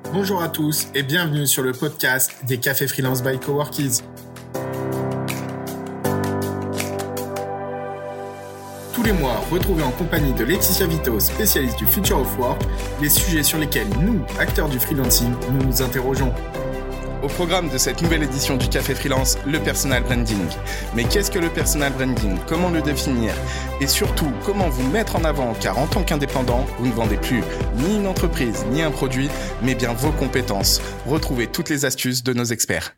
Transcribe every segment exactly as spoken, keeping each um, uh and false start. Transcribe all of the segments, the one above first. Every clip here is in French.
Bonjour à tous et bienvenue sur le podcast des Cafés Freelance by Coworkies. Tous les mois, retrouvez en compagnie de Laetitia Vito, spécialiste du Future of Work, les sujets sur lesquels nous, acteurs du freelancing, nous nous interrogeons. Au programme de cette nouvelle édition du Café Freelance, le personal branding. Mais qu'est-ce que le personal branding ? Comment le définir ? Et surtout, comment vous mettre en avant ? Car en tant qu'indépendant, vous ne vendez plus ni une entreprise, ni un produit, mais bien vos compétences. Retrouvez toutes les astuces de nos experts.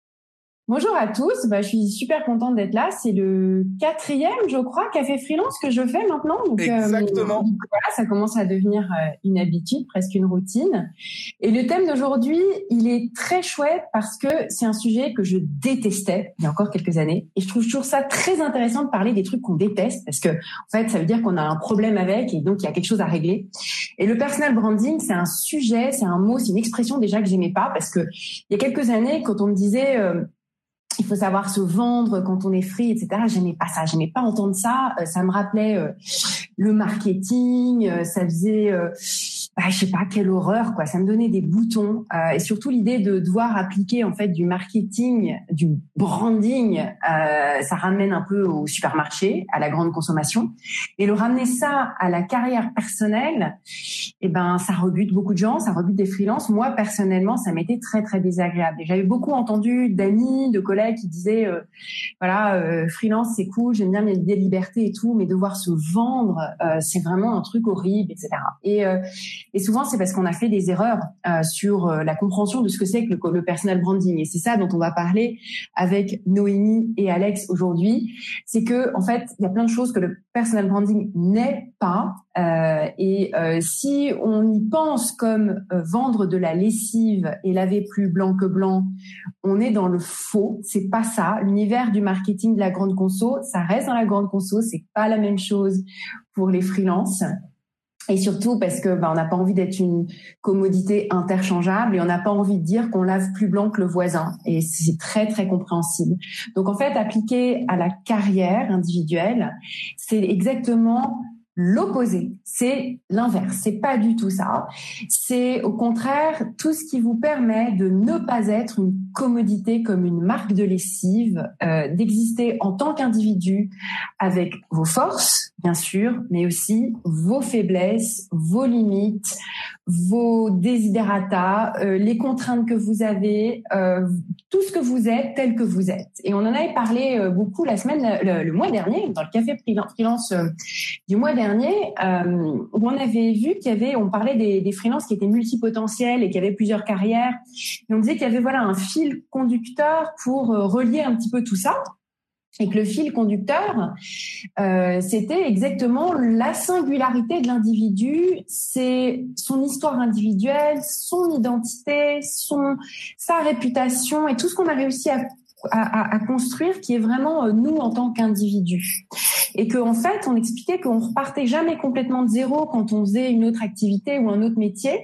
Bonjour à tous, bah, je suis super contente d'être là. C'est le quatrième, je crois, Café Freelance que je fais maintenant. Donc, Exactement. Euh, donc voilà, ça commence à devenir euh, une habitude, presque une routine. Et le thème d'aujourd'hui, il est très chouette parce que c'est un sujet que je détestais il y a encore quelques années. Et je trouve toujours ça très intéressant de parler des trucs qu'on déteste parce que, en fait, ça veut dire qu'on a un problème avec et donc il y a quelque chose à régler. Et le personal branding, c'est un sujet, c'est un mot, c'est une expression déjà que j'aimais pas parce que il y a quelques années, quand on me disait euh, il faut savoir se vendre quand on est free, et cetera. J'aimais pas ça, j'aimais pas entendre ça. Euh, ça me rappelait euh, le marketing, euh, ça faisait, euh, bah, je sais pas, quelle horreur, quoi. Ça me donnait des boutons euh, et surtout l'idée de devoir appliquer en fait du marketing, du branding. Euh, ça ramène un peu au supermarché, à la grande consommation, et le ramener ça à la carrière personnelle, eh ben ça rebute beaucoup de gens, ça rebute des freelances. Moi personnellement, ça m'était très très désagréable. Et j'avais beaucoup entendu d'amis, de collègues qui disaient euh, voilà euh, freelance c'est cool, j'aime bien mes idées de liberté et tout, mais devoir se vendre euh, c'est vraiment un truc horrible, et cetera. Et euh, et souvent c'est parce qu'on a fait des erreurs euh, sur euh, la compréhension de ce que c'est que le, le personal branding. Et c'est ça dont on va parler avec Noémie et Alex aujourd'hui. C'est que en fait il y a plein de choses que le personal branding n'est pas. Euh, et euh, si on y pense comme euh, vendre de la lessive et laver plus blanc que blanc, on est dans le faux. C'est pas ça. L'univers du marketing de la grande conso, ça reste dans la grande conso. C'est pas la même chose pour les freelances. Et surtout parce que bah, on n'a pas envie d'être une commodité interchangeable et on n'a pas envie de dire qu'on lave plus blanc que le voisin. Et c'est très très compréhensible. Donc en fait, appliqué à la carrière individuelle, c'est exactement l'opposé, c'est l'inverse, c'est pas du tout ça. C'est au contraire tout ce qui vous permet de ne pas être une commodité comme une marque de lessive, euh, d'exister en tant qu'individu avec vos forces, bien sûr, mais aussi vos faiblesses, vos limites, vos desiderata, euh, les contraintes que vous avez, euh, tout ce que vous êtes tel que vous êtes. Et on en avait parlé euh, beaucoup la semaine, le, le mois dernier, dans le Café Freelance euh, du mois dernier, euh, où on avait vu qu'il y avait, on parlait des, des freelances qui étaient multipotentiels et qui avaient plusieurs carrières. Et on disait qu'il y avait voilà un fil conducteur pour euh, relier un petit peu tout ça. Et que le fil conducteur, euh, c'était exactement la singularité de l'individu, c'est son histoire individuelle, son identité, son sa réputation et tout ce qu'on a réussi à, à, à construire, qui est vraiment euh, nous en tant qu'individus. Et que en fait, on expliquait qu'on repartait jamais complètement de zéro quand on faisait une autre activité ou un autre métier,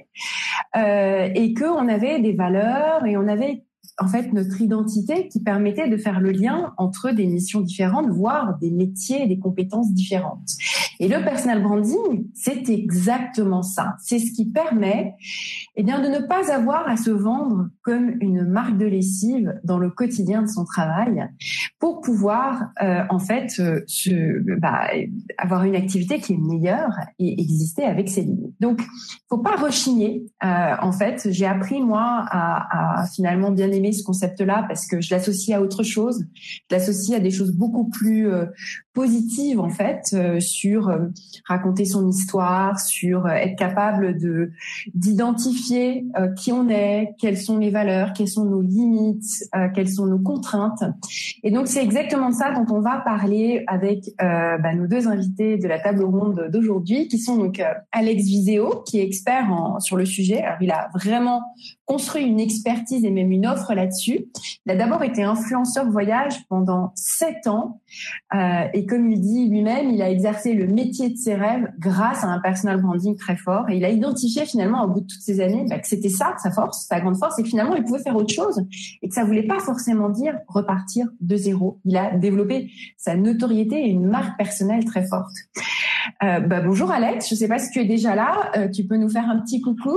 euh, et que on avait des valeurs et on avait en fait notre identité qui permettait de faire le lien entre des missions différentes, voire des métiers et des compétences différentes. Et le personal branding, c'est exactement ça. C'est ce qui permet, eh bien, de ne pas avoir à se vendre comme une marque de lessive dans le quotidien de son travail, pour pouvoir, euh, en fait, euh, se, bah, avoir une activité qui est meilleure et exister avec ses limites. Donc, faut pas rechigner. Euh, en fait, j'ai appris moi à, à finalement bien aimer ce concept-là parce que je l'associe à autre chose. Je l'associe à des choses beaucoup plus euh, positives, en fait, euh, sur euh, raconter son histoire, sur euh, être capable de d'identifier euh, qui on est, quelles sont les valeurs, quelles sont nos limites, euh, quelles sont nos contraintes. Et donc, c'est exactement de ça dont on va parler avec euh, bah, nos deux invités de la table ronde d'aujourd'hui, qui sont donc euh, Alex Viseo, qui est expert en, sur le sujet. Alors, il a vraiment construit une expertise et même une offre là-dessus. Il a d'abord été influenceur voyage pendant sept ans euh, et comme il dit lui-même, il a exercé le métier de ses rêves grâce à un personal branding très fort. Et il a identifié finalement au bout de toutes ces années bah, que c'était ça sa force, sa grande force, et que finalement il pouvait faire autre chose et que ça voulait pas forcément dire repartir de zéro. Il a développé sa notoriété et une marque personnelle très forte. Euh, bah, bonjour Alex, je sais pas si tu es déjà là, euh, tu peux nous faire un petit coucou?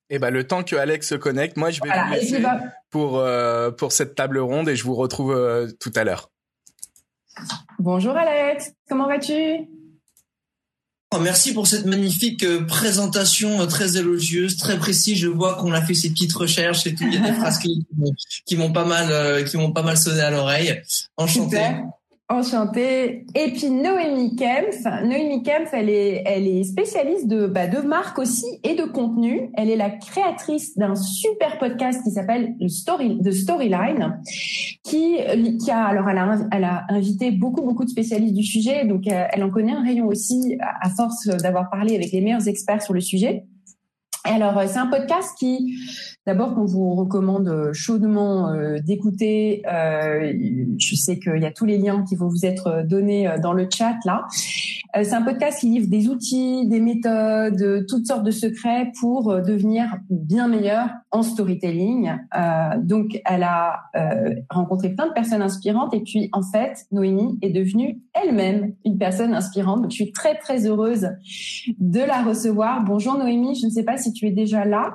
Et ben le temps que Alex se connecte, moi je vais voilà, vous laisser bah... pour euh, pour cette table ronde et je vous retrouve euh, tout à l'heure. Bonjour Alex, comment vas-tu? Merci pour cette magnifique présentation très élogieuse, très précise. Je vois qu'on a fait ces petites recherches et tout. Il y a des phrases qui, qui m'ont pas mal, qui m'ont pas mal sonné à l'oreille. Enchanté. Super. Enchantée. Et puis Noémie Kempf. Noémie Kempf, elle est, elle est spécialiste de, bah, de marque aussi et de contenu. Elle est la créatrice d'un super podcast qui s'appelle le Story, The Storyline, qui, qui a, alors elle a, elle a invité beaucoup, beaucoup de spécialistes du sujet. Donc, elle en connaît un rayon aussi à force d'avoir parlé avec les meilleurs experts sur le sujet. Et alors, c'est un podcast qui, d'abord, qu'on vous recommande chaudement euh, d'écouter. Euh, je sais qu'il y a tous les liens qui vont vous être donnés dans le chat, là. Euh, c'est un podcast qui livre des outils, des méthodes, toutes sortes de secrets pour devenir bien meilleur en storytelling. Euh, donc, elle a euh, rencontré plein de personnes inspirantes. Et puis, en fait, Noémie est devenue elle-même une personne inspirante. Donc, je suis très, très heureuse de la recevoir. Bonjour Noémie, je ne sais pas si tu es déjà là.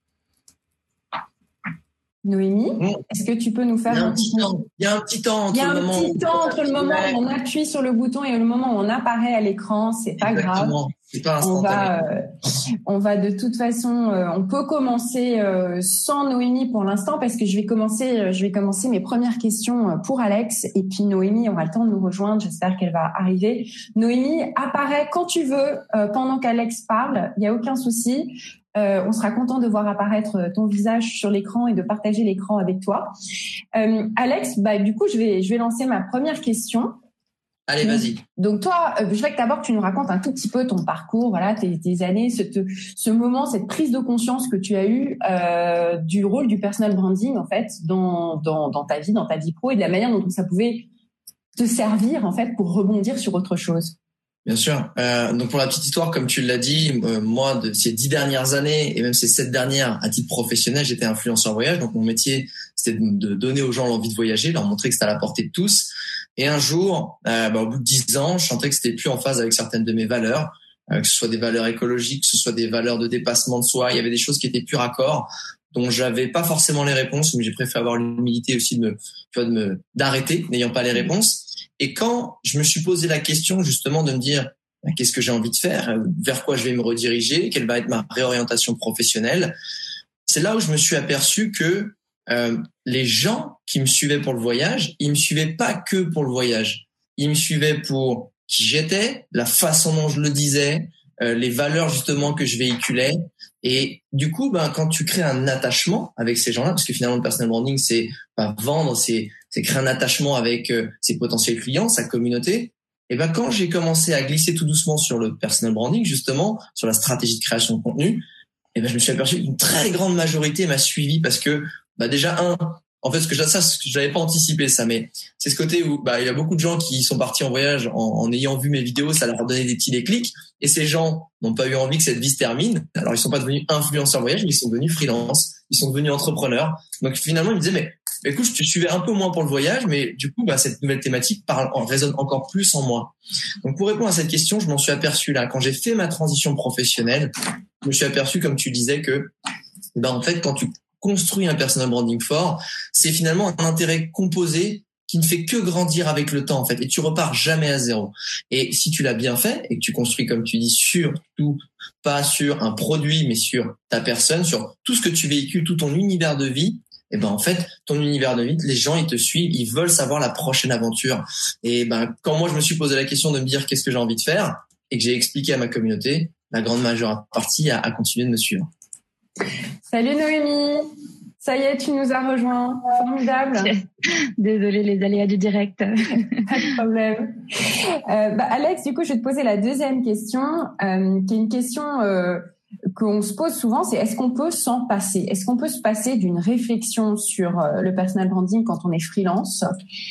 Noémie, mmh. Est-ce que tu peux nous faire un, un petit temps Il y a un petit temps entre, Il y a le, un moment petit temps entre le moment où on appuie sur le bouton et le moment où on apparaît à l'écran. C'est pas Exactement. grave. C'est pas on va, euh, on va de toute façon, euh, on peut commencer euh, sans Noémie pour l'instant parce que je vais commencer, euh, je vais commencer mes premières questions pour Alex et puis Noémie aura le temps de nous rejoindre. J'espère qu'elle va arriver. Noémie, apparaît quand tu veux euh, pendant qu'Alex parle. Il y a aucun souci. Euh, on sera content de voir apparaître ton visage sur l'écran et de partager l'écran avec toi. Euh, Alex, bah du coup, je vais, je vais lancer ma première question. Allez, vas-y. Donc toi, je voudrais que d'abord tu nous racontes un tout petit peu ton parcours, voilà, tes, tes années, ce, ce moment, cette prise de conscience que tu as eue euh, du rôle du personal branding en fait dans, dans dans ta vie, dans ta vie pro et de la manière dont ça pouvait te servir en fait pour rebondir sur autre chose. Bien sûr. Euh, donc pour la petite histoire, comme tu l'as dit, euh, moi de ces dix dernières années et même ces sept dernières à titre professionnel, j'étais influenceur voyage. Donc mon métier, c'était de donner aux gens l'envie de voyager, leur montrer que c'était à la portée de tous. Et un jour, euh, bah, au bout de dix ans, je sentais que c'était plus en phase avec certaines de mes valeurs, euh, que ce soit des valeurs écologiques, que ce soit des valeurs de dépassement de soi. Il y avait des choses qui étaient plus raccord, dont j'avais pas forcément les réponses, mais j'ai préféré avoir l'humilité aussi de me, tu vois, de me, d'arrêter, n'ayant pas les réponses. Et quand je me suis posé la question justement de me dire bah, qu'est-ce que j'ai envie de faire, vers quoi je vais me rediriger, quelle va être ma réorientation professionnelle, c'est là où je me suis aperçu que euh, les gens qui me suivaient pour le voyage, ils me suivaient pas que pour le voyage. Ils me suivaient pour qui j'étais, la façon dont je le disais, euh, les valeurs justement que je véhiculais. Et du coup, ben quand tu crées un attachement avec ces gens-là, parce que finalement le personal branding, c'est ben, vendre, c'est c'est créer un attachement avec euh, ses potentiels clients, sa communauté. Et ben quand j'ai commencé à glisser tout doucement sur le personal branding, justement, sur la stratégie de création de contenu, et ben je me suis aperçu qu'une très grande majorité m'a suivi parce que bah déjà un, en fait ce que je ça je n'avais pas anticipé ça, mais c'est ce côté où bah il y a beaucoup de gens qui sont partis en voyage en, en ayant vu mes vidéos, ça leur a donné des petits déclics, et ces gens n'ont pas eu envie que cette vie se termine. Alors ils sont pas devenus influenceurs voyage, mais ils sont devenus freelance, ils sont devenus entrepreneurs. Donc finalement ils me disaient mais écoute, je te suivais un peu moins pour le voyage, mais du coup, bah, cette nouvelle thématique parle, résonne encore plus en moi. Donc, pour répondre à cette question, je m'en suis aperçu là. Quand j'ai fait ma transition professionnelle, je me suis aperçu, comme tu disais, que, bah, en fait, quand tu construis un personal branding fort, c'est finalement un intérêt composé qui ne fait que grandir avec le temps, en fait, et tu repars jamais à zéro. Et si tu l'as bien fait et que tu construis, comme tu dis, surtout pas sur un produit, mais sur ta personne, sur tout ce que tu véhicules, tout ton univers de vie, et ben en fait ton univers de vie, les gens ils te suivent, ils veulent savoir la prochaine aventure. Et ben quand moi je me suis posé la question de me dire qu'est-ce que j'ai envie de faire et que j'ai expliqué à ma communauté, la grande majeure partie a, a continué de me suivre. Salut Noémie, ça y est, tu nous as rejoints, formidable. Désolée, les aléas du direct. Pas de problème. Euh, bah, Alex, du coup je vais te poser la deuxième question, euh, qui est une question euh, qu'on se pose souvent, c'est est-ce qu'on peut s'en passer? Est-ce qu'on peut se passer d'une réflexion sur le personal branding quand on est freelance?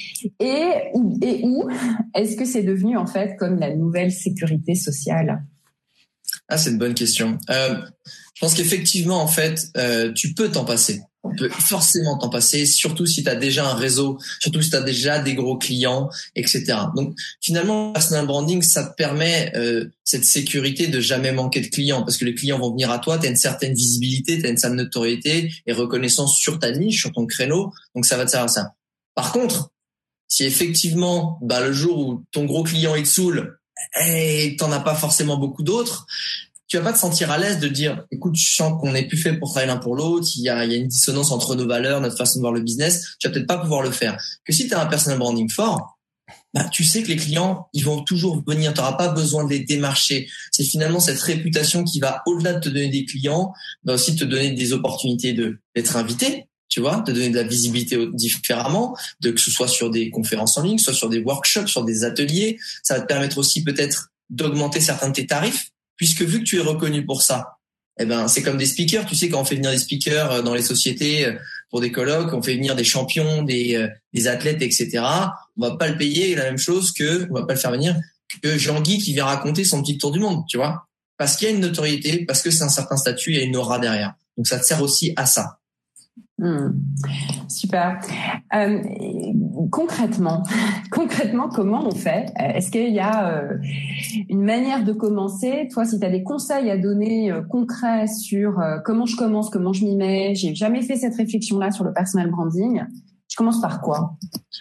Et, et où est-ce que c'est devenu en fait comme la nouvelle sécurité sociale? Ah, c'est une bonne question. Euh, je pense qu'effectivement, en fait, euh, tu peux t'en passer. On peut forcément t'en passer, surtout si tu as déjà un réseau, surtout si tu as déjà des gros clients, et cetera. Donc finalement, le personal branding, ça te permet euh, cette sécurité de jamais manquer de clients, parce que les clients vont venir à toi, tu as une certaine visibilité, tu as une certaine notoriété et reconnaissance sur ta niche, sur ton créneau, donc ça va te servir à ça. Par contre, si effectivement, bah, le jour où ton gros client il te saoule et t'en as pas forcément beaucoup d'autres, tu vas pas te sentir à l'aise de dire, écoute, je sens qu'on n'est plus fait pour travailler l'un pour l'autre, il y a, il y a une dissonance entre nos valeurs, notre façon de voir le business, tu vas peut-être pas pouvoir le faire. Que si tu as un personal branding fort, bah, tu sais que les clients, ils vont toujours venir, tu n'auras pas besoin de les démarcher. C'est finalement cette réputation qui va, au-delà de te donner des clients, va aussi te donner des opportunités de, d'être invité, tu vois, te donner de la visibilité différemment, de que ce soit sur des conférences en ligne, soit sur des workshops, sur des ateliers. Ça va te permettre aussi peut-être d'augmenter certains de tes tarifs, puisque vu que tu es reconnu pour ça, eh ben c'est comme des speakers. Tu sais, quand on fait venir des speakers dans les sociétés pour des colloques, on fait venir des champions, des des athlètes, et cetera. On va pas le payer la même chose que, on va pas le faire venir que Jean-Guy qui vient raconter son petit tour du monde, tu vois, parce qu'il y a une notoriété, parce que c'est un certain statut, il y a une aura derrière. Donc ça te sert aussi à ça. Mmh. Super. Euh, concrètement, concrètement, comment on fait ? Est-ce qu'il y a euh, une manière de commencer ? Toi, si tu as des conseils à donner euh, concrets sur euh, comment je commence, comment je m'y mets, j'ai jamais fait cette réflexion-là sur le personal branding. Je commence par quoi ?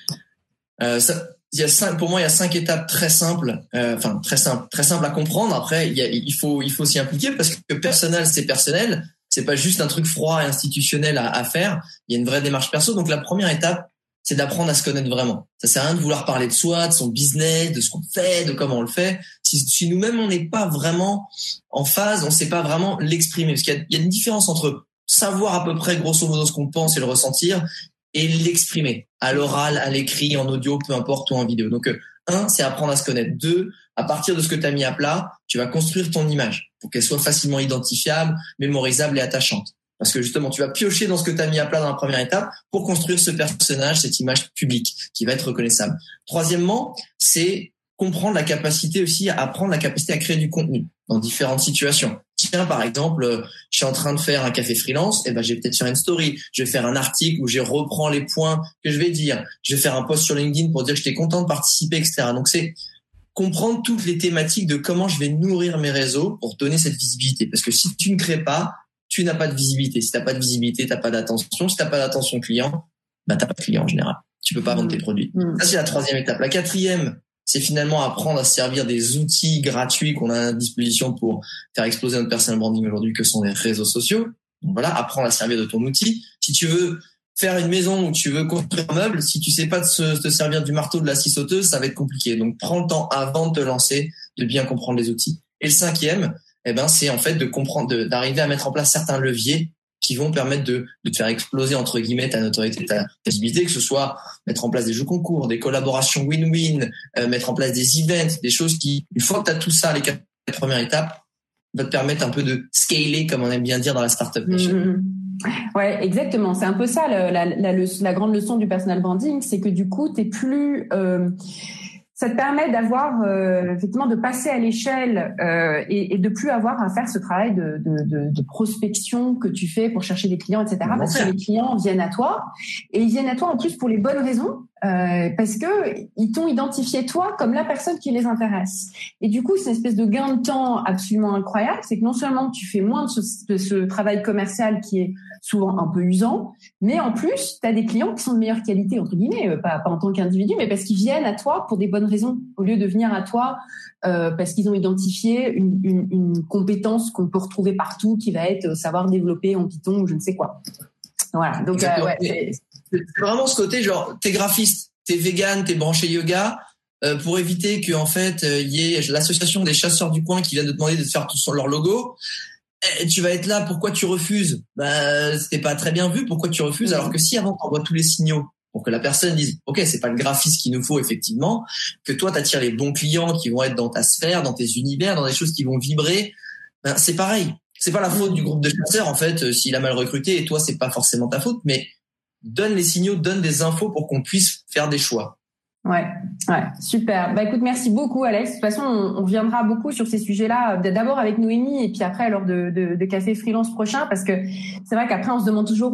euh, ça, il y a cinq, pour moi, il y a cinq étapes très simples, euh, enfin très simples, très simples à comprendre. Après, il, y a, il faut, il faut s'y impliquer parce que personnel, c'est personnel. C'est pas juste un truc froid et institutionnel à, à faire. Il y a une vraie démarche perso. Donc la première étape, c'est d'apprendre à se connaître vraiment. Ça sert à rien de vouloir parler de soi, de son business, de ce qu'on fait, de comment on le fait. Si, si nous-mêmes on n'est pas vraiment en phase, on sait pas vraiment l'exprimer. Parce qu'il y a, il y a une différence entre savoir à peu près grosso modo ce qu'on pense et le ressentir et l'exprimer à l'oral, à l'écrit, en audio, peu importe, ou en vidéo. Donc un, c'est apprendre à se connaître. Deux, à partir de ce que tu as mis à plat, tu vas construire ton image pour qu'elle soit facilement identifiable, mémorisable et attachante. Parce que justement, tu vas piocher dans ce que tu as mis à plat dans la première étape pour construire ce personnage, cette image publique qui va être reconnaissable. Troisièmement, c'est comprendre la capacité aussi à apprendre la capacité à créer du contenu dans différentes situations. Tiens, par exemple, je suis en train de faire un café freelance, et ben, je vais peut-être faire une story. Je vais faire un article où je reprends les points que je vais dire. Je vais faire un post sur LinkedIn pour dire que j'étais content de participer, et cetera. Donc, c'est comprendre toutes les thématiques de comment je vais nourrir mes réseaux pour donner cette visibilité. Parce que si tu ne crées pas, tu n'as pas de visibilité. Si tu n'as pas de visibilité, tu n'as pas d'attention. Si tu n'as pas d'attention client, bah, tu n'as pas de client en général. Tu peux pas vendre tes produits. Ça, c'est la troisième étape. La quatrième, c'est finalement apprendre à se servir des outils gratuits qu'on a à disposition pour faire exploser notre personal branding aujourd'hui, que sont les réseaux sociaux. Donc voilà, apprendre à se servir de ton outil. Si tu veux faire une maison ou tu veux construire un meuble, si tu sais pas te, te servir du marteau, de la scie sauteuse, ça va être compliqué. Donc, prends le temps avant de te lancer, de bien comprendre les outils. Et le cinquième, eh ben, c'est en fait de comprendre, de, d'arriver à mettre en place certains leviers qui vont permettre de, de te faire exploser, entre guillemets, ta notoriété, ta visibilité, que ce soit mettre en place des jeux concours, des collaborations win-win, euh, mettre en place des events, des choses qui, une fois que tu as tout ça, les quatre premières étapes, va te permettre un peu de scaler, comme on aime bien dire dans la startup nation. Mmh. Ouais, exactement. C'est un peu ça la, la, la, la grande leçon du personal branding, c'est que du coup, t'es plus, euh, ça te permet d'avoir euh, effectivement de passer à l'échelle euh, et, et de plus avoir à faire ce travail de, de, de, de prospection que tu fais pour chercher des clients, et cetera. Parce que les clients viennent à toi et ils viennent à toi en plus pour les bonnes raisons. Euh, parce que ils t'ont identifié toi comme la personne qui les intéresse. Et du coup, c'est une espèce de gain de temps absolument incroyable. C'est que non seulement tu fais moins de ce, de ce travail commercial qui est souvent un peu usant, mais en plus, tu as des clients qui sont de meilleure qualité, entre guillemets, pas, pas en tant qu'individu, mais parce qu'ils viennent à toi pour des bonnes raisons, au lieu de venir à toi euh, parce qu'ils ont identifié une, une, une compétence qu'on peut retrouver partout, qui va être savoir développer en Python ou je ne sais quoi. Voilà. Donc, euh, ouais, c'est... c'est vraiment ce côté genre, t'es graphiste, t'es vegan, t'es branché yoga, euh, pour éviter que en fait il euh, y ait l'association des chasseurs du coin qui viennent de te demander de te faire tout sur leur logo. Et tu vas être là, pourquoi tu refuses ? Bah, c'était pas très bien vu, pourquoi tu refuses ? Alors que si avant t'envoies tous les signaux pour que la personne dise, ok, c'est pas le graphiste qu'il nous faut effectivement, que toi t'attires les bons clients qui vont être dans ta sphère, dans tes univers, dans des choses qui vont vibrer, ben c'est pareil. C'est pas la faute du groupe de chasseurs en fait, euh, s'il a mal recruté et toi c'est pas forcément ta faute, mais donne les signaux, donne des infos pour qu'on puisse faire des choix. Ouais, ouais, super. Bah écoute, merci beaucoup Alex. De toute façon, on, on reviendra beaucoup sur ces sujets-là, d'abord avec Noémie et puis après lors de, de, de Café Freelance prochain, parce que c'est vrai qu'après on se demande toujours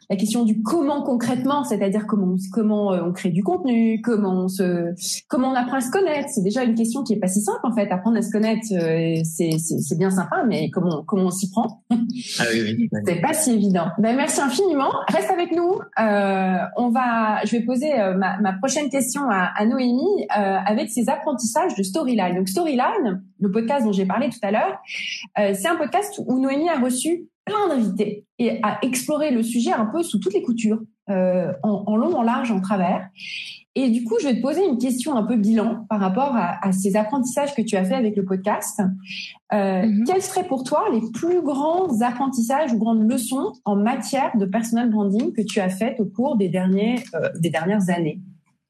la question du comment concrètement, c'est-à-dire comment comment on crée du contenu, comment on se comment on apprend à se connaître. C'est déjà une question qui est pas si simple en fait. Apprendre à se connaître, euh, c'est c'est c'est bien sympa, mais comment comment on s'y prend? Ah oui oui. C'est pas si évident. Ben merci infiniment. Reste avec nous. Euh, on va, je vais poser euh, ma ma prochaine question à, à Noémie euh, avec ses apprentissages de Storyline. Donc Storyline, le podcast dont j'ai parlé tout à l'heure, euh, c'est un podcast où Noémie a reçu plein d'invités et a exploré le sujet un peu sous toutes les coutures, euh, en, en long, en large, en travers. Et du coup, je vais te poser une question un peu bilan par rapport à, à ces apprentissages que tu as fait avec le podcast. Euh, mm-hmm. Quels seraient pour toi les plus grands apprentissages ou grandes leçons en matière de personal branding que tu as faites au cours des derniers, euh, des dernières années?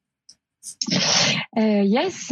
Euh, yes.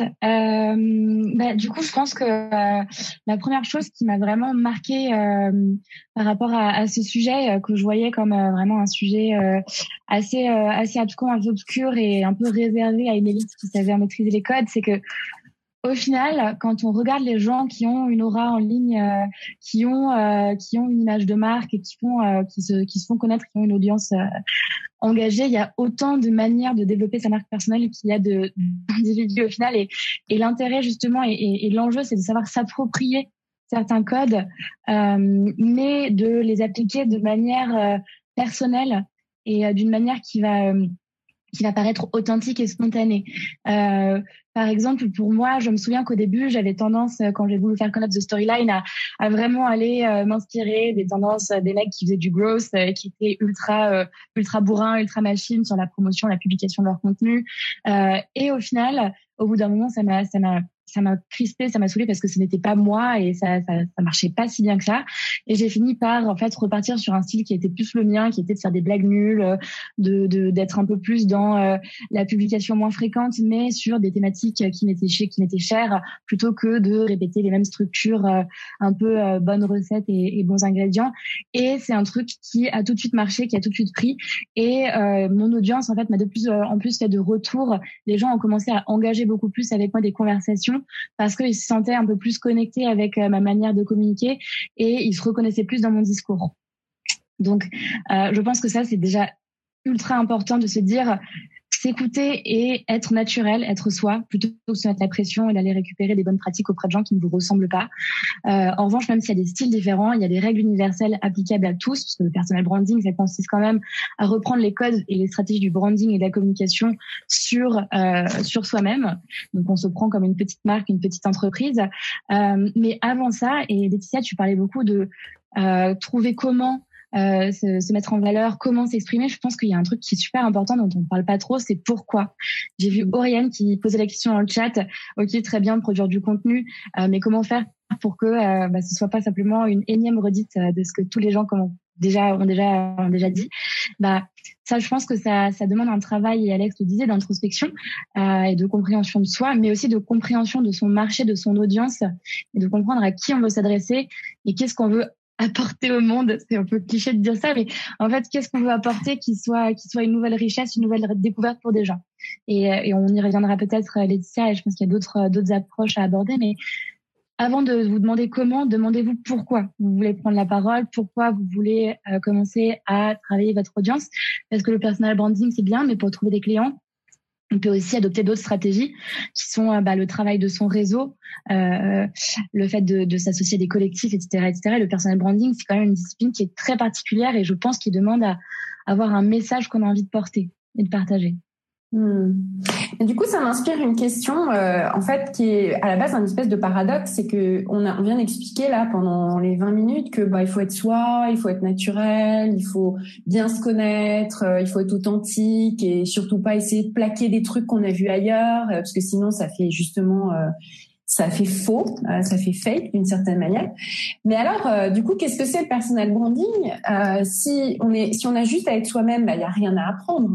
Euh, bah, du coup, je pense que euh, la première chose qui m'a vraiment marquée euh, par rapport à, à ce sujet, euh, que je voyais comme euh, vraiment un sujet euh, assez euh, assez abscon, assez obscur et un peu réservé à une élite qui savait maîtriser les codes, c'est que au final, quand on regarde les gens qui ont une aura en ligne, euh, qui ont euh, qui ont une image de marque et qui font euh, qui se qui se font connaître, qui ont une audience euh, engagée, il y a autant de manières de développer sa marque personnelle qu'il y a de d'individus au final. Et, et l'intérêt justement et, et, et l'enjeu, c'est de savoir s'approprier certains codes, euh, mais de les appliquer de manière euh, personnelle et euh, d'une manière qui va euh, qui va paraître authentique et spontanée. Euh, par exemple, pour moi, je me souviens qu'au début, j'avais tendance, quand j'ai voulu faire connaître The Storyline, à, à vraiment aller euh, m'inspirer des tendances des mecs qui faisaient du growth, euh, qui étaient ultra euh, ultra bourrins, ultra machines sur la promotion, la publication de leur contenu. Euh, et au final, au bout d'un moment, ça m'a ça m'a ça m'a crispé, ça m'a saoulé parce que ce n'était pas moi et ça, ça, ça marchait pas si bien que ça. Et j'ai fini par, en fait, repartir sur un style qui était plus le mien, qui était de faire des blagues nulles, de, de, d'être un peu plus dans euh, la publication moins fréquente, mais sur des thématiques qui m'étaient chères, qui m'étaient chères, plutôt que de répéter les mêmes structures, euh, un peu euh, bonnes recettes et, et bons ingrédients. Et c'est un truc qui a tout de suite marché, qui a tout de suite pris. Et euh, mon audience, en fait, m'a de plus euh, en plus fait de retour. Les gens ont commencé à engager beaucoup plus avec moi des conversations, parce qu'ils se sentaient un peu plus connectés avec euh, ma manière de communiquer et ils se reconnaissaient plus dans mon discours. Donc, euh, je pense que ça, c'est déjà ultra important de se dire s'écouter et être naturel, être soi, plutôt que de se mettre la pression et d'aller récupérer des bonnes pratiques auprès de gens qui ne vous ressemblent pas. Euh, en revanche, même s'il y a des styles différents, il y a des règles universelles applicables à tous, parce que le personal branding, ça consiste quand même à reprendre les codes et les stratégies du branding et de la communication sur euh, sur soi-même. Donc, on se prend comme une petite marque, une petite entreprise. Euh, mais avant ça, et Laetitia, tu parlais beaucoup de euh, trouver comment Euh, se, se mettre en valeur, comment s'exprimer. Je pense qu'il y a un truc qui est super important dont on ne parle pas trop, c'est pourquoi. J'ai vu Oriane qui posait la question dans le chat. Ok, très bien de produire du contenu, euh, mais comment faire pour que euh, bah, ce soit pas simplement une énième redite de ce que tous les gens ont déjà ont déjà ont déjà dit. Bah ça, je pense que ça ça demande un travail, et Alex le disait, d'introspection euh, et de compréhension de soi, mais aussi de compréhension de son marché, de son audience, et de comprendre à qui on veut s'adresser et qu'est-ce qu'on veut apporter au monde. C'est un peu cliché de dire ça, mais en fait, qu'est-ce qu'on veut apporter qui soit qui soit une nouvelle richesse, une nouvelle découverte pour des gens. Et, et on y reviendra peut-être, Laetitia, et je pense qu'il y a d'autres d'autres approches à aborder, mais avant de vous demander comment, demandez-vous pourquoi vous voulez prendre la parole, pourquoi vous voulez euh, commencer à travailler votre audience. Parce que le personal branding, c'est bien, mais pour trouver des clients, on peut aussi adopter d'autres stratégies qui sont bah, le travail de son réseau, euh, le fait de, de s'associer à des collectifs, et cetera, et cetera. Le personal branding, c'est quand même une discipline qui est très particulière et je pense qu'il demande à avoir un message qu'on a envie de porter et de partager. Hmm. Et du coup, ça m'inspire une question, euh, en fait, qui est à la base un espèce de paradoxe, c'est que on, a, on vient d'expliquer là pendant les vingt minutes que bah il faut être soi, il faut être naturel, il faut bien se connaître, euh, il faut être authentique et surtout pas essayer de plaquer des trucs qu'on a vus ailleurs, euh, parce que sinon ça fait justement euh, ça fait faux, euh, ça fait fake d'une certaine manière. Mais alors, euh, du coup, qu'est-ce que c'est le personal branding? euh, Si on est, si on a juste à être soi-même, bah il y a rien à apprendre.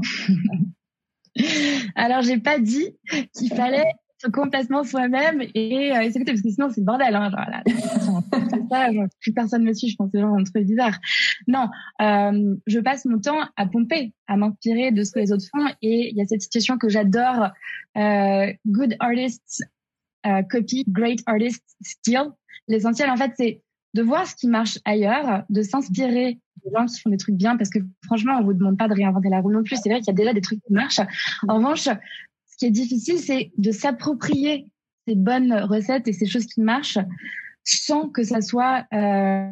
Alors, j'ai pas dit qu'il fallait être complètement soi-même et euh, s'écouter, parce que sinon c'est le bordel. Hein, genre, là, ça, genre, plus personne me suit, je pense que c'est genre un truc bizarre. Non, euh, je passe mon temps à pomper, à m'inspirer de ce que les autres font, et il y a cette situation que j'adore, euh, good artists uh, copy, great artists steal. L'essentiel, en fait, c'est de voir ce qui marche ailleurs, de s'inspirer des gens qui font des trucs bien, parce que franchement, on vous demande pas de réinventer la roue non plus. C'est vrai qu'il y a déjà des trucs qui marchent. En revanche, ce qui est difficile, c'est de s'approprier ces bonnes recettes et ces choses qui marchent sans que ça soit euh,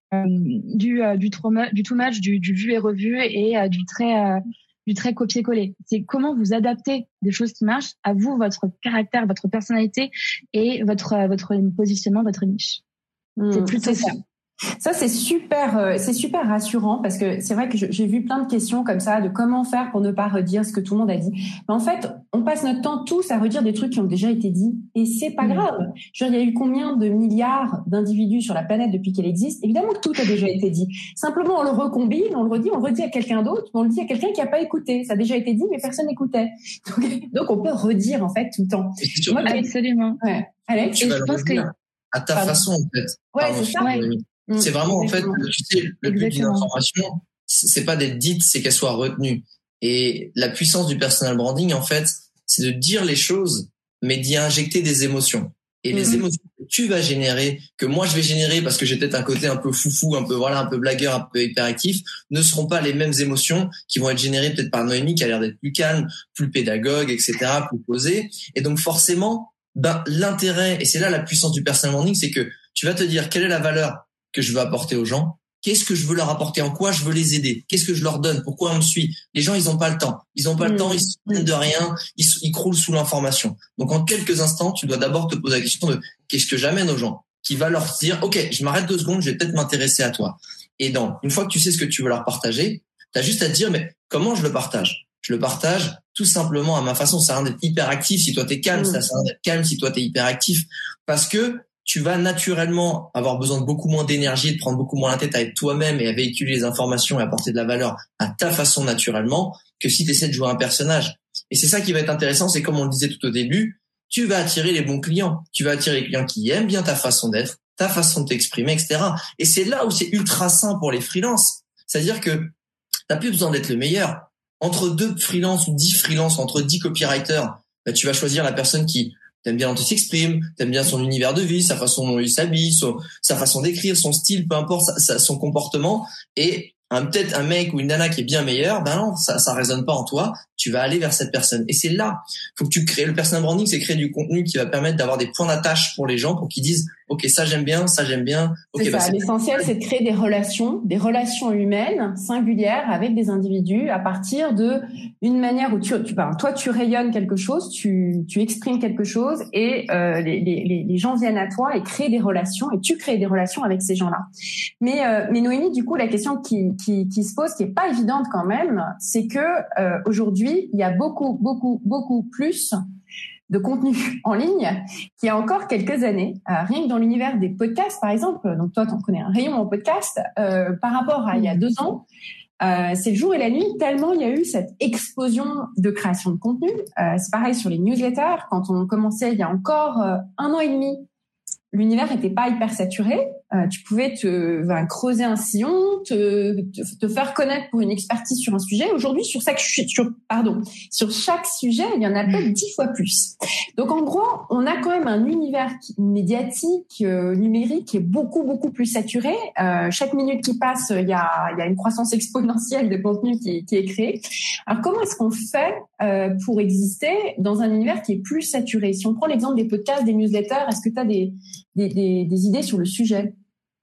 du euh, du trop du too much, du, du vu et revu et euh, du très euh, du très copier-coller. C'est comment vous adaptez des choses qui marchent à vous, votre caractère, votre personnalité et votre euh, votre positionnement, votre niche. Mmh, c'est plutôt ça. Ça, c'est super, euh, c'est super rassurant parce que c'est vrai que je, j'ai vu plein de questions comme ça de comment faire pour ne pas redire ce que tout le monde a dit. Mais en fait, on passe notre temps tous à redire des trucs qui ont déjà été dits et c'est pas mmh. grave. Je veux dire, il y a eu combien de milliards d'individus sur la planète depuis qu'elle existe? Évidemment que tout a déjà été dit. Simplement, on le recombine, on le redit, on le redit à quelqu'un d'autre, on le dit à quelqu'un qui a pas écouté. Ça a déjà été dit, mais personne n'écoutait. Donc, donc on peut redire en fait tout le temps. Moi, absolument. Ouais. Alex, tu vas je pense que à ta Pardon. façon en fait. Ouais, Pardon, c'est ça. Ouais. C'est vraiment, en fait, tu sais, le but d'une information, c'est pas d'être dite, c'est qu'elle soit retenue. Et la puissance du personal branding, en fait, c'est de dire les choses, mais d'y injecter des émotions. Et mm-hmm. les émotions que tu vas générer, que moi je vais générer parce que j'ai peut-être un côté un peu foufou, un peu, voilà, un peu blagueur, un peu hyperactif, ne seront pas les mêmes émotions qui vont être générées peut-être par Noémie qui a l'air d'être plus calme, plus pédagogue, et cetera, plus posée. Et donc, forcément, ben, l'intérêt, et c'est là la puissance du personal branding, c'est que tu vas te dire quelle est la valeur que je veux apporter aux gens, qu'est-ce que je veux leur apporter, en quoi je veux les aider, qu'est-ce que je leur donne, pourquoi on me suit. Les gens, ils ont pas le temps. Ils ont pas mmh. le temps, ils se souviennent de rien, ils, ils croulent sous l'information. Donc, en quelques instants, tu dois d'abord te poser la question de qu'est-ce que j'amène aux gens, qui va leur dire, OK, je m'arrête deux secondes, je vais peut-être m'intéresser à toi. Et donc, une fois que tu sais ce que tu veux leur partager, tu as juste à te dire, mais comment je le partage? Je le partage tout simplement à ma façon. Ça sert à rien d'être hyperactif si toi t'es calme, mmh. ça sert à rien d'être calme si toi t'es hyperactif. Parce que tu vas naturellement avoir besoin de beaucoup moins d'énergie, de prendre beaucoup moins la tête à être toi-même et à véhiculer les informations et apporter de la valeur à ta façon naturellement que si tu essaies de jouer un personnage. Et c'est ça qui va être intéressant, c'est comme on le disait tout au début, tu vas attirer les bons clients. Tu vas attirer les clients qui aiment bien ta façon d'être, ta façon de t'exprimer, et cetera. Et c'est là où c'est ultra sain pour les freelances. C'est-à-dire que t'as plus besoin d'être le meilleur. Entre deux freelances ou dix freelances, entre dix copywriters, bah, tu vas choisir la personne qui t'aimes bien quand il s'exprime, t'aimes bien son univers de vie, sa façon dont il s'habille, son, sa façon d'écrire, son style, peu importe, sa, sa, son comportement. Et un, peut-être un mec ou une nana qui est bien meilleur, ben non, ça, ça résonne pas en toi. Tu vas aller vers cette personne. Et c'est là, faut que tu crées. Le personal branding, c'est créer du contenu qui va permettre d'avoir des points d'attache pour les gens, pour qu'ils disent, OK, ça j'aime bien, ça j'aime bien. Okay, c'est bah, ça. C'est l'essentiel, c'est de créer des relations, des relations humaines singulières avec des individus à partir de une manière où tu, tu ben, toi tu rayonnes quelque chose, tu, tu exprimes quelque chose et euh, les, les, les gens viennent à toi et créent des relations et tu crées des relations avec ces gens-là. Mais, euh, mais Noémie, du coup, la question qui, qui, qui se pose, qui est pas évidente quand même, c'est que euh, aujourd'hui il y a beaucoup, beaucoup, beaucoup plus de contenu en ligne qu'il y a encore quelques années. Euh, rien que dans l'univers des podcasts, par exemple, donc toi, tu en connais un rayon en podcast, euh, par rapport à il y a deux ans, euh, c'est le jour et la nuit, tellement il y a eu cette explosion de création de contenu. Euh, c'est pareil sur les newsletters. Quand on commençait il y a encore euh, un an et demi, l'univers était pas hyper saturé. Euh, tu pouvais te ben, creuser un sillon, te, te, te faire connaître pour une expertise sur un sujet. Aujourd'hui, sur chaque, sur, pardon, sur chaque sujet, il y en a peut-être dix fois plus. Donc, en gros, on a quand même un univers médiatique, euh, numérique qui est beaucoup, beaucoup plus saturé. Euh, chaque minute qui passe, il y a, il y a une croissance exponentielle de contenu qui, qui est créé. Alors, comment est-ce qu'on fait euh, pour exister dans un univers qui est plus saturé? Si on prend l'exemple des podcasts, des newsletters, est-ce que tu as des, des, des, des idées sur le sujet?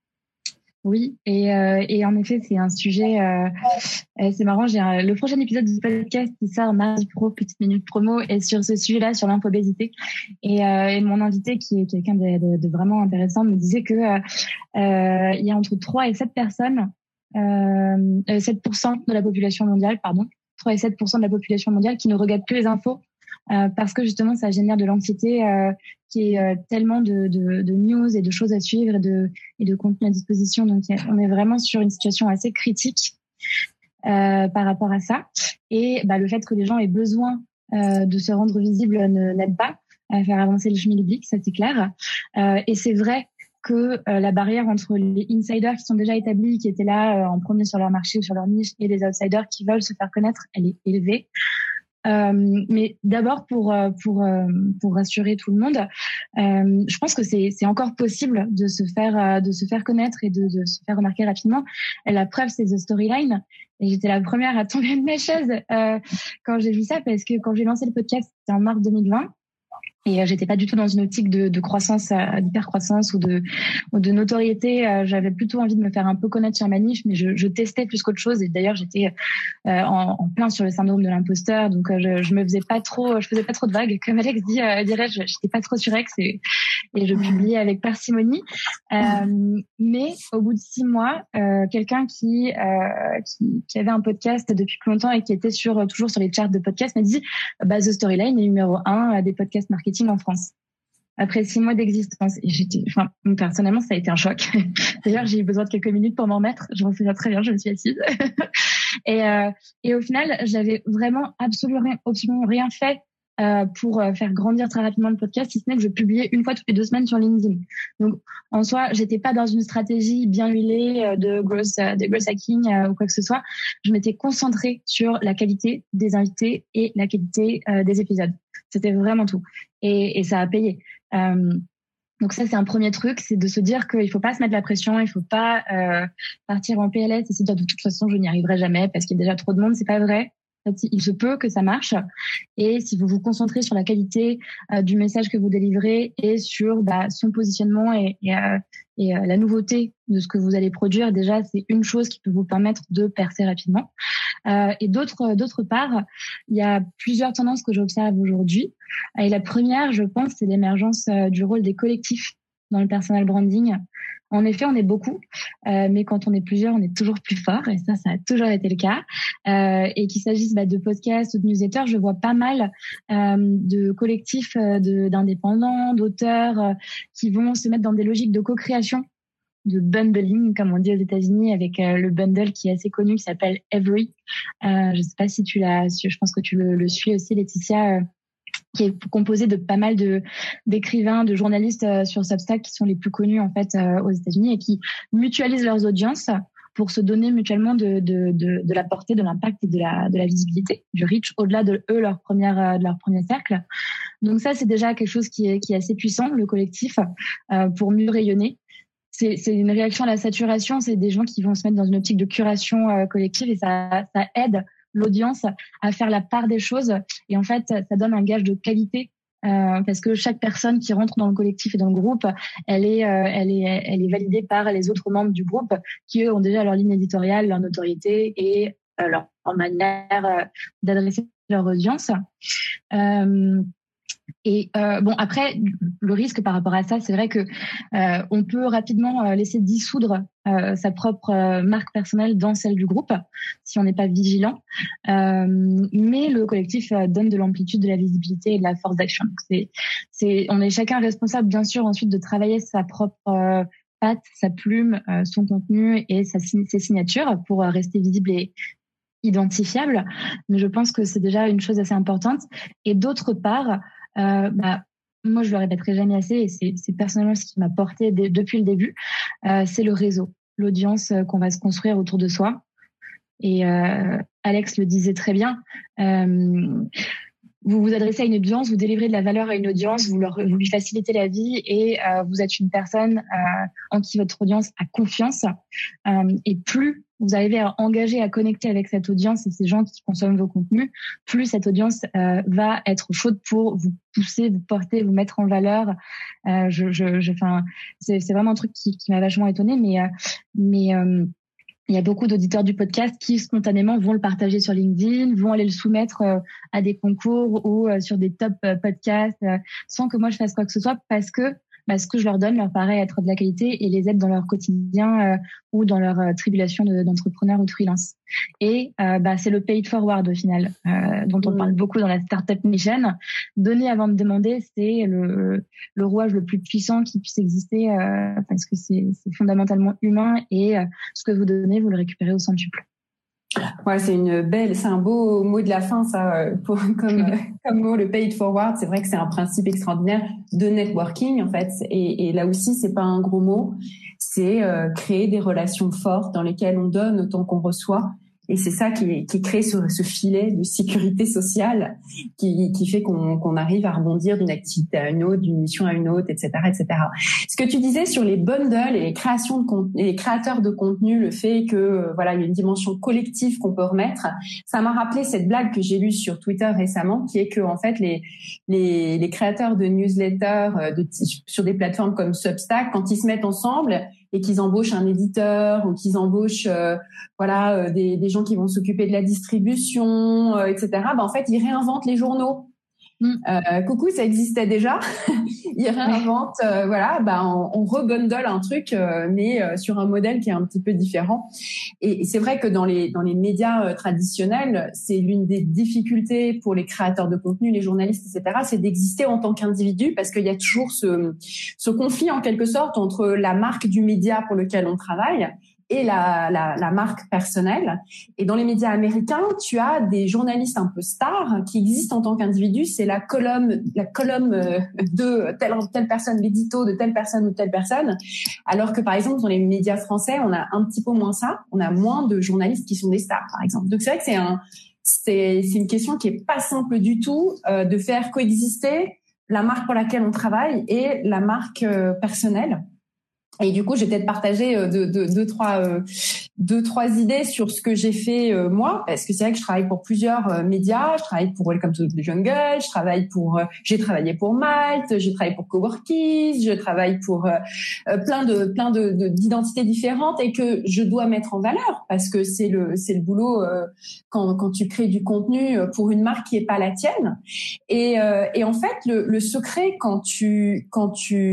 Oui, et, euh, et en effet, c'est un sujet, euh, c'est marrant, j'ai un, le prochain épisode du podcast qui sort mardi pro, petite minute promo, est sur ce sujet-là, sur l'infobésité. Et, euh, et mon invité, qui est quelqu'un de, de, de vraiment intéressant, me disait que euh, euh, il y a entre trois et sept personnes, euh, sept pour cent de la population mondiale, pardon, trois et sept pour cent de la population mondiale qui ne regarde plus les infos. Euh, parce que justement ça génère de l'anxiété euh, qui est euh, tellement de, de, de news et de choses à suivre et de, et de contenu à disposition. Donc on est vraiment sur une situation assez critique euh, par rapport à ça. Et bah, le fait que les gens aient besoin euh, de se rendre visibles ne, n'aide pas à faire avancer le schmilblick, ça c'est clair. Euh, et c'est vrai que euh, la barrière entre les insiders qui sont déjà établis, qui étaient là euh, en premier sur leur marché ou sur leur niche, et les outsiders qui veulent se faire connaître, elle est élevée. Euh, mais d'abord pour pour pour rassurer tout le monde, euh, je pense que c'est c'est encore possible de se faire de se faire connaître et de, de se faire remarquer rapidement. Et la preuve, c'est The Storyline. Et j'étais la première à tomber de ma chaise euh, quand j'ai vu ça, parce que quand j'ai lancé le podcast, c'était en mars deux mille vingt. Et euh, j'étais pas du tout dans une optique de, de croissance, euh, d'hyper-croissance ou de, ou de notoriété. Euh, j'avais plutôt envie de me faire un peu connaître sur ma niche, mais je, je testais plus qu'autre chose. Et d'ailleurs, j'étais euh, en, en plein sur le syndrome de l'imposteur, donc euh, je, je me faisais pas trop, je faisais pas trop de vagues, comme Alex dit, euh, dirait, je, j'étais pas trop surex et, et je publiais avec parcimonie. Euh, mais au bout de six mois, euh, quelqu'un qui, euh, qui qui avait un podcast depuis plus longtemps et qui était sur toujours sur les charts de podcasts m'a dit, bah The Storyline est numéro un des podcasts marketing en France après six mois d'existence. Et j'étais, enfin, personnellement, ça a été un choc. D'ailleurs, j'ai eu besoin de quelques minutes pour m'en remettre. Je m'en souviens très bien. Je me suis assise. et euh, et au final, j'avais vraiment absolument rien, absolument rien fait euh, pour faire grandir très rapidement le podcast, si ce n'est que je publiais une fois toutes les deux semaines sur LinkedIn. Donc, en soi, j'étais pas dans une stratégie bien huilée de growth, de growth hacking euh, ou quoi que ce soit. Je m'étais concentrée sur la qualité des invités et la qualité euh, des épisodes. C'était vraiment tout. Et, et ça a payé. Euh, donc ça, c'est un premier truc, c'est de se dire qu'il faut pas se mettre la pression, il faut pas euh, partir en P L S et se dire de toute façon, je n'y arriverai jamais parce qu'il y a déjà trop de monde. C'est pas vrai. En fait, il se peut que ça marche. Et si vous vous concentrez sur la qualité euh, du message que vous délivrez et sur bah, son positionnement et, et, euh, et euh, la nouveauté de ce que vous allez produire, déjà, c'est une chose qui peut vous permettre de percer rapidement. Euh, et d'autre, d'autre part, il y a plusieurs tendances que j'observe aujourd'hui. Et la première, je pense, c'est l'émergence euh, du rôle des collectifs dans le personal branding. En effet, on est beaucoup, euh, mais quand on est plusieurs, on est toujours plus fort. Et ça, ça a toujours été le cas. Euh, et qu'il s'agisse bah, de podcasts ou de newsletters, je vois pas mal euh, de collectifs euh, de, d'indépendants, d'auteurs euh, qui vont se mettre dans des logiques de co-création, de bundling, comme on dit aux États-Unis, avec euh, le bundle qui est assez connu, qui s'appelle Every. Euh, je sais pas si tu l'as, je pense que tu le, le suis aussi, Laetitia. Euh, qui est composé de pas mal de d'écrivains, de journalistes euh, sur Substack qui sont les plus connus en fait euh, aux États-Unis et qui mutualisent leurs audiences pour se donner mutuellement de de de, de la portée, de l'impact et de la de la visibilité, du reach au-delà de eux leur première euh, de leur premier cercle. Donc ça, c'est déjà quelque chose qui est qui est assez puissant, le collectif, euh, pour mieux rayonner. C'est c'est une réaction à la saturation, c'est des gens qui vont se mettre dans une optique de curation euh, collective et ça ça aide l'audience à faire la part des choses et en fait ça donne un gage de qualité euh, parce que chaque personne qui rentre dans le collectif et dans le groupe, elle est euh, elle est elle est validée par les autres membres du groupe qui eux ont déjà leur ligne éditoriale, leur notoriété et euh, leur, leur manière euh, d'adresser leur audience. Euh, Et euh, bon, après, le risque par rapport à ça, c'est vrai que euh, on peut rapidement euh, laisser dissoudre euh, sa propre euh, marque personnelle dans celle du groupe si on n'est pas vigilant. Euh, mais le collectif euh, donne de l'amplitude, de la visibilité et de la force d'action. Donc c'est, c'est, on est chacun responsable, bien sûr, ensuite de travailler sa propre euh, patte, sa plume, euh, son contenu et sa, ses signatures pour euh, rester visible et identifiable. Mais je pense que c'est déjà une chose assez importante. Et d'autre part, Euh, bah, moi, je le répéterai jamais assez, et c'est, c'est personnellement ce qui m'a porté dès, depuis le début, euh, c'est le réseau, l'audience qu'on va se construire autour de soi. Et euh, Alex le disait très bien, euh, vous vous adressez à une audience, vous délivrez de la valeur à une audience, vous, leur, vous lui facilitez la vie et euh, vous êtes une personne euh, en qui votre audience a confiance. Euh, et plus vous arrivez à engager, à connecter avec cette audience et ces gens qui consomment vos contenus, plus cette audience euh, va être chaude pour vous pousser, vous porter, vous mettre en valeur. Euh, je, je, je, enfin, c'est, c'est vraiment un truc qui, qui m'a vachement étonnée, mais, euh, mais euh, il y a beaucoup d'auditeurs du podcast qui spontanément vont le partager sur LinkedIn, vont aller le soumettre euh, à des concours ou euh, sur des top euh, podcasts euh, sans que moi je fasse quoi que ce soit parce que bah, ce que je leur donne leur paraît être de la qualité et les aide dans leur quotidien euh, ou dans leur euh, tribulation de, d'entrepreneur ou de freelance. Et euh, bah, c'est le paid forward au final, euh, dont on mmh. parle beaucoup dans la Startup Nation. Donner avant de demander, c'est le, le rouage le plus puissant qui puisse exister euh, parce que c'est, c'est fondamentalement humain et euh, ce que vous donnez, vous le récupérez au centuple. Ouais, c'est une belle, c'est un beau mot de la fin, ça, pour, comme, comme mot, le paid forward. C'est vrai que c'est un principe extraordinaire de networking, en fait. Et, et là aussi, c'est pas un gros mot. C'est euh, créer des relations fortes dans lesquelles on donne autant qu'on reçoit. Et c'est ça qui, qui crée ce, ce filet de sécurité sociale qui, qui fait qu'on, qu'on arrive à rebondir d'une activité à une autre, d'une mission à une autre, et cetera, et cetera. Ce que tu disais sur les bundles et les créations de contenu, et les créateurs de contenu, le fait que euh, voilà, il y a une dimension collective qu'on peut remettre, ça m'a rappelé cette blague que j'ai lue sur Twitter récemment, qui est que en fait les les, les créateurs de newsletters euh, de, sur des plateformes comme Substack, quand ils se mettent ensemble et qu'ils embauchent un éditeur ou qu'ils embauchent euh, voilà euh, des, des gens qui vont s'occuper de la distribution, euh, et cetera. Ben en fait, ils réinventent les journaux. Mm. Euh, coucou, ça existait déjà. Ils réinventent, euh, voilà, ben on, on rebundle un truc, euh, mais euh, sur un modèle qui est un petit peu différent. Et, et c'est vrai que dans les dans les médias euh, traditionnels, c'est l'une des difficultés pour les créateurs de contenu, les journalistes, et cetera. C'est d'exister en tant qu'individu parce qu'il y a toujours ce ce conflit en quelque sorte entre la marque du média pour lequel on travaille et la, la, la marque personnelle. Et dans les médias américains, tu as des journalistes un peu stars qui existent en tant qu'individus. C'est la colonne, la colonne de telle, telle personne, l'édito de telle personne ou telle personne. Alors que, par exemple, dans les médias français, on a un petit peu moins ça. On a moins de journalistes qui sont des stars, par exemple. Donc, c'est vrai que c'est un, c'est, c'est une question qui est pas simple du tout, euh, de faire coexister la marque pour laquelle on travaille et la marque euh, personnelle. Et du coup, j'ai peut-être partagé euh, deux, deux, deux, trois, euh, deux, trois idées sur ce que j'ai fait euh, moi, parce que c'est vrai que je travaille pour plusieurs euh, médias. Je travaille pour Welcome to the Jungle, je travaille pour, euh, j'ai travaillé pour Malte, j'ai travaillé pour Coworkies, je travaille pour euh, plein de, plein de, de d'identités différentes et que je dois mettre en valeur parce que c'est le, c'est le boulot euh, quand, quand tu crées du contenu pour une marque qui est pas la tienne. Et, euh, et en fait, le, le secret quand tu, quand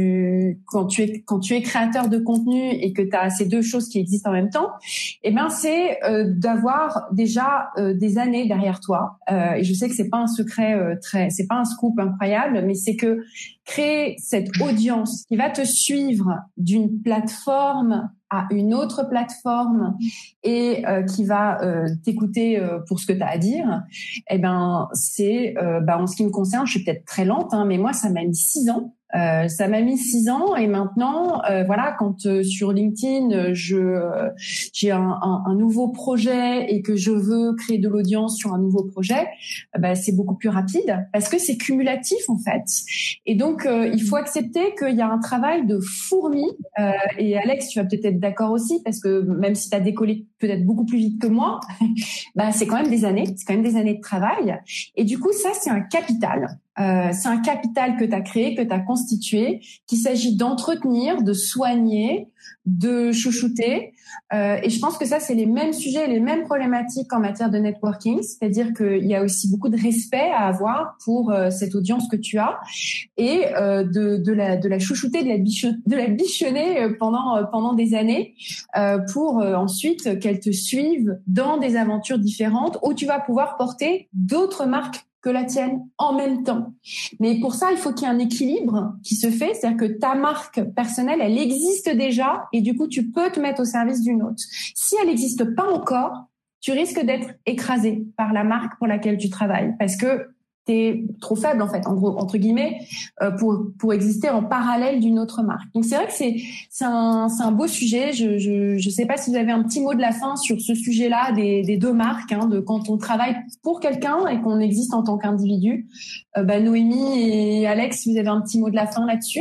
tu, quand tu es, quand tu es créateur de contenu et que tu as ces deux choses qui existent en même temps, eh ben c'est euh, d'avoir déjà euh, des années derrière toi. Euh, et je sais que c'est pas un secret euh, très, c'est pas un scoop incroyable, mais c'est que créer cette audience qui va te suivre d'une plateforme à une autre plateforme et euh, qui va euh, t'écouter euh, pour ce que tu as à dire, eh ben c'est, euh, bah, en ce qui me concerne, je suis peut-être très lente, hein, mais moi ça m'a mis six ans. Euh, ça m'a mis six ans et maintenant, euh, voilà, quand euh, sur LinkedIn, je euh, j'ai un, un, un nouveau projet et que je veux créer de l'audience sur un nouveau projet, euh, bah, c'est beaucoup plus rapide parce que c'est cumulatif en fait. Et donc, euh, il faut accepter qu'il y a un travail de fourmi. Euh, et Alex, tu vas peut-être être d'accord aussi parce que même si tu as décollé peut-être beaucoup plus vite que moi, bah c'est quand même des années, c'est quand même des années de travail. Et du coup, ça, c'est un capital. Euh, c'est un capital que tu as créé, que tu as constitué, qu'il s'agit d'entretenir, de soigner, de chouchouter. Euh, et je pense que ça, c'est les mêmes sujets, les mêmes problématiques en matière de networking. C'est-à-dire qu'il y a aussi beaucoup de respect à avoir pour euh, cette audience que tu as et euh, de, de, la, de la chouchouter, de la, bicho- de la bichonner pendant, pendant des années euh, pour euh, ensuite qu'elle te suive dans des aventures différentes où tu vas pouvoir porter d'autres marques que la tienne en même temps. Mais pour ça, il faut qu'il y ait un équilibre qui se fait, c'est-à-dire que ta marque personnelle, elle existe déjà et du coup, tu peux te mettre au service d'une autre. Si elle n'existe pas encore, tu risques d'être écrasé par la marque pour laquelle tu travailles parce que t'es trop faible en fait, en gros, entre guillemets, euh, pour pour exister en parallèle d'une autre marque. Donc c'est vrai que c'est c'est un c'est un beau sujet. Je je je sais pas si vous avez un petit mot de la fin sur ce sujet-là des des deux marques, hein, de quand on travaille pour quelqu'un et qu'on existe en tant qu'individu. Euh, bah Noémie et Alex, vous avez un petit mot de la fin là-dessus?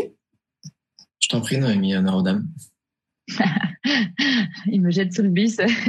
Je t'en prie, Noémie, honneur aux dames. Il me jette sous le bus. euh...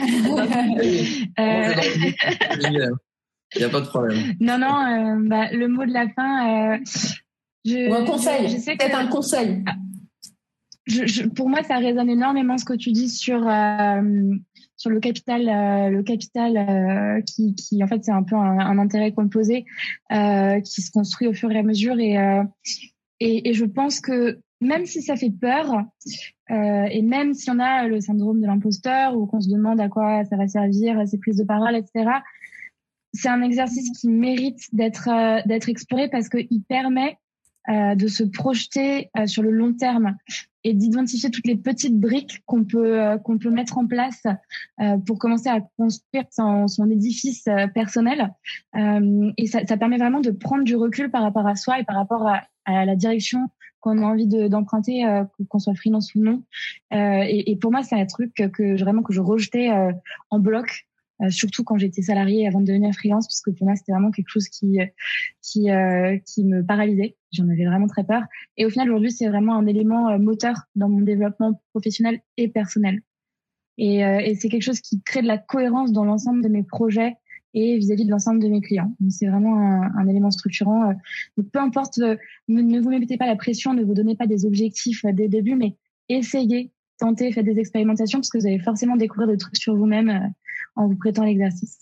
Il n'y a pas de problème. Non, non, euh, bah, le mot de la fin... Euh, je, Ou un conseil, je, je sais peut-être que, un conseil. Je, je, pour moi, ça résonne énormément ce que tu dis sur euh, sur le capital, euh, le capital euh, qui, qui, en fait, c'est un peu un, un intérêt composé euh, qui se construit au fur et à mesure. Et, euh, et, et je pense que même si ça fait peur, euh, et même si on a le syndrome de l'imposteur ou qu'on se demande à quoi ça va servir ces prises de parole, et cetera, c'est un exercice qui mérite d'être euh, d'être exploré parce qu'il permet euh, de se projeter euh, sur le long terme et d'identifier toutes les petites briques qu'on peut euh, qu'on peut mettre en place euh, pour commencer à construire son, son édifice euh, personnel. Euh, et ça, ça permet vraiment de prendre du recul par rapport à soi et par rapport à, à la direction qu'on a envie de, d'emprunter, euh, qu'on soit freelance ou non. Euh, et, et pour moi, c'est un truc que, que vraiment que je rejetais euh, en bloc. euh, surtout quand j'étais salariée avant de devenir freelance, parce que pour moi c'était vraiment quelque chose qui qui euh, qui me paralysait. J'en avais vraiment très peur. Et au final aujourd'hui c'est vraiment un élément euh, moteur dans mon développement professionnel et personnel. Et, euh, et c'est quelque chose qui crée de la cohérence dans l'ensemble de mes projets et vis-à-vis de l'ensemble de mes clients. Donc, c'est vraiment un, un élément structurant. Donc, peu importe, euh, ne, ne vous mettez pas la pression, ne vous donnez pas des objectifs dès le début, mais essayez, tentez, faites des expérimentations parce que vous allez forcément découvrir des trucs sur vous-même euh, en vous prêtant à l'exercice.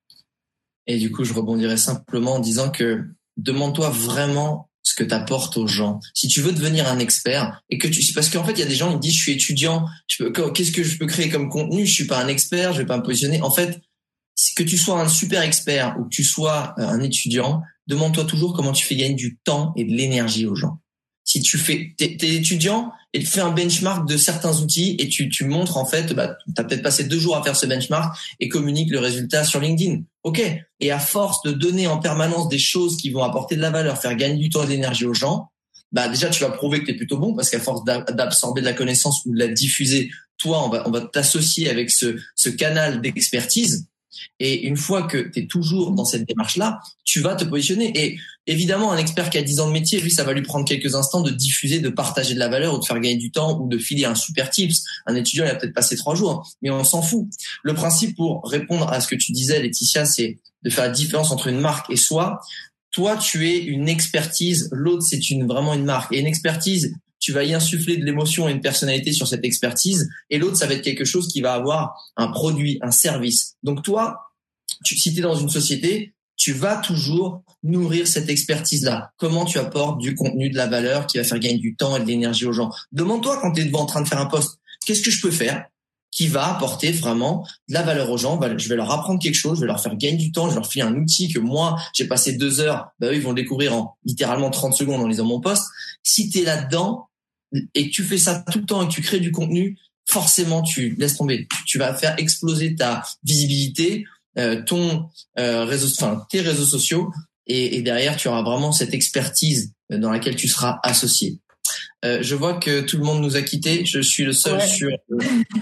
Et du coup, je rebondirais simplement en disant que demande-toi vraiment ce que tu apportes aux gens. Si tu veux devenir un expert et que tu, parce qu'en fait, il y a des gens qui disent, je suis étudiant, je peux, qu'est-ce que je peux créer comme contenu? Je suis pas un expert, je vais pas me positionner. En fait, que tu sois un super expert ou que tu sois un étudiant, demande-toi toujours comment tu fais gagner du temps et de l'énergie aux gens. Si tu fais, t'es, t'es étudiant et tu fais un benchmark de certains outils et tu, tu montres en fait, bah, t'as peut-être passé deux jours à faire ce benchmark et communique le résultat sur LinkedIn. Ok. Et à force de donner en permanence des choses qui vont apporter de la valeur, faire gagner du temps et de l'énergie aux gens, bah, déjà, tu vas prouver que t'es plutôt bon parce qu'à force d'absorber de la connaissance ou de la diffuser, toi, on va, on va t'associer avec ce, ce canal d'expertise. Et une fois que tu es toujours dans cette démarche-là, tu vas te positionner. Et évidemment, un expert qui a dix ans de métier, lui, ça va lui prendre quelques instants de diffuser, de partager de la valeur ou de faire gagner du temps ou de filer un super tips. Un étudiant, il a peut-être passé trois jours, mais on s'en fout. Le principe pour répondre à ce que tu disais, Laetitia, c'est de faire la différence entre une marque et soi. Toi, tu es une expertise. L'autre, c'est une, vraiment une marque. Et une expertise, tu vas y insuffler de l'émotion et une personnalité sur cette expertise. Et l'autre, ça va être quelque chose qui va avoir un produit, un service. Donc toi, tu, si tu es dans une société, tu vas toujours nourrir cette expertise-là. Comment tu apportes du contenu, de la valeur qui va faire gagner du temps et de l'énergie aux gens. Demande-toi quand tu es devant en train de faire un post, qu'est-ce que je peux faire qui va apporter vraiment de la valeur aux gens. Je vais leur apprendre quelque chose, je vais leur faire gagner du temps, je vais leur filer un outil que moi, j'ai passé deux heures, bah eux, ils vont le découvrir en littéralement trente secondes en lisant mon post. Si tu es là-dedans, et que tu fais ça tout le temps et que tu crées du contenu, forcément tu laisses tomber. Tu vas faire exploser ta visibilité, euh, ton euh, réseau, enfin tes réseaux sociaux, et, et derrière tu auras vraiment cette expertise dans laquelle tu seras associé. Euh, je vois que tout le monde nous a quittés. Je suis le seul ouais. sur. Euh...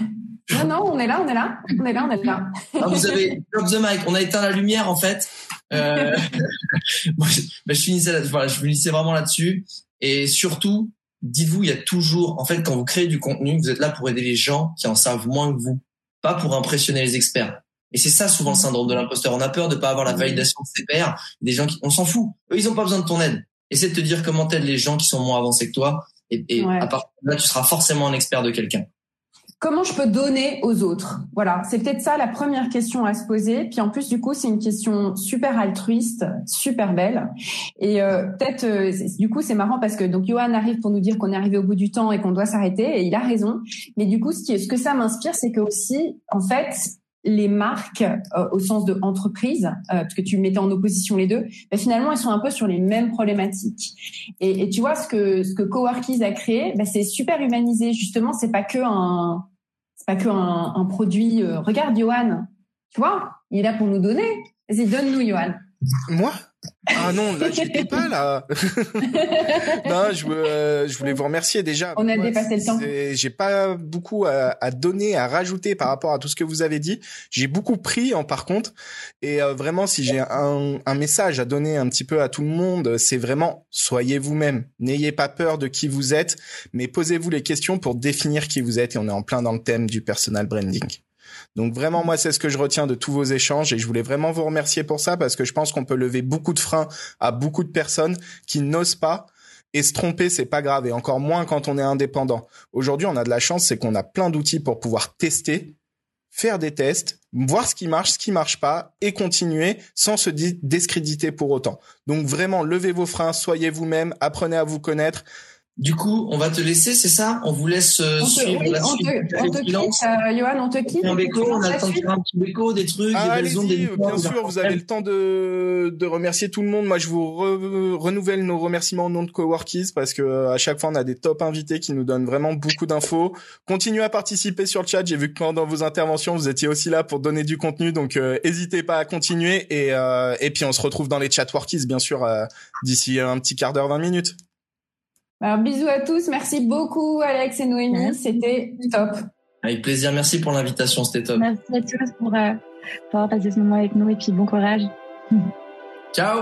Non non, on est là, on est là, on est là, on est là. Ah, vous avez drop the mic. On a éteint la lumière en fait. Euh... bon, je, ben, je finissais, là, voilà, je finissais vraiment là-dessus, et surtout. Dites-vous, il y a toujours, en fait, quand vous créez du contenu, vous êtes là pour aider les gens qui en savent moins que vous, pas pour impressionner les experts. Et c'est ça souvent le syndrome de l'imposteur. On a peur de pas avoir la validation de ses pairs, des gens qui, on s'en fout. Eux, ils ont pas besoin de ton aide. Essaie de te dire comment t'aides les gens qui sont moins avancés que toi, et, et ouais. à partir de là, tu seras forcément un expert de quelqu'un. Comment je peux donner aux autres? Voilà, c'est peut-être ça la première question à se poser. Puis en plus, du coup, c'est une question super altruiste, super belle. Et euh, peut-être, euh, du coup, c'est marrant parce que donc Johan arrive pour nous dire qu'on est arrivé au bout du temps et qu'on doit s'arrêter. Et il a raison. Mais du coup, ce, qui, ce que ça m'inspire, c'est que aussi, en fait, les marques, euh, au sens de entreprise, euh, parce que tu mettais en opposition les deux, ben finalement, elles sont un peu sur les mêmes problématiques. Et, et tu vois, ce que ce que Coworkies a créé, ben c'est super humanisé. Justement, c'est pas que un c'est pas que un, un produit. Euh, regarde, Johan, tu vois, il est là pour nous donner. Vas-y, donne-nous, Johan. Moi? Ah non, là je peux pas là. Non, je, euh, je voulais vous remercier déjà. On a Moi, dépassé le temps. J'ai pas beaucoup à, à donner, à rajouter par rapport à tout ce que vous avez dit. J'ai beaucoup pris en par contre. Et euh, vraiment, si j'ai un, un message à donner un petit peu à tout le monde, c'est vraiment soyez vous-même. N'ayez pas peur de qui vous êtes, mais posez-vous les questions pour définir qui vous êtes. Et on est en plein dans le thème du personal branding. Donc vraiment, moi, c'est ce que je retiens de tous vos échanges et je voulais vraiment vous remercier pour ça parce que je pense qu'on peut lever beaucoup de freins à beaucoup de personnes qui n'osent pas. Et se tromper, c'est pas grave, et encore moins quand on est indépendant. Aujourd'hui, on a de la chance, c'est qu'on a plein d'outils pour pouvoir tester, faire des tests, voir ce qui marche, ce qui marche pas, et continuer sans se discréditer pour autant. Donc vraiment, levez vos freins, soyez vous-même, apprenez à vous connaître. Du coup, on va te laisser, c'est ça? On vous laisse euh, on te, suivre oui, la on suite. Te, on te quitte, euh, Johan, on te quitte. Un béco, on attend de faire un petit béco, des trucs, ah, des raisons, des bien sûr, vous avez le temps de, de remercier tout le monde. Moi, je vous re, renouvelle nos remerciements au nom de Coworkies parce que à chaque fois, on a des top invités qui nous donnent vraiment beaucoup d'infos. Continuez à participer sur le chat. J'ai vu que pendant vos interventions, vous étiez aussi là pour donner du contenu. Donc, euh, n'hésitez pas à continuer. Et, euh, et puis, on se retrouve dans les chats Workies, bien sûr, euh, d'ici un petit quart d'heure, vingt minutes. Alors, bisous à tous. Merci beaucoup, Alex et Noémie. C'était top. Avec plaisir. Merci pour l'invitation. C'était top. Merci à tous pour, euh, pour avoir passé ce moment avec nous et puis bon courage. Ciao.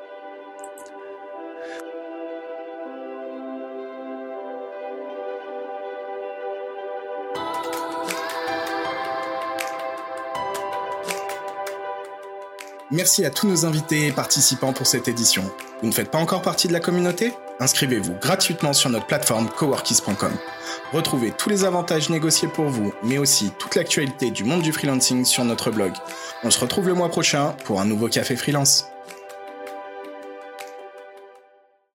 Merci à tous nos invités et participants pour cette édition. Vous ne faites pas encore partie de la communauté ? Inscrivez-vous gratuitement sur notre plateforme coworkies point com. Retrouvez tous les avantages négociés pour vous, mais aussi toute l'actualité du monde du freelancing sur notre blog. On se retrouve le mois prochain pour un nouveau Café Freelance.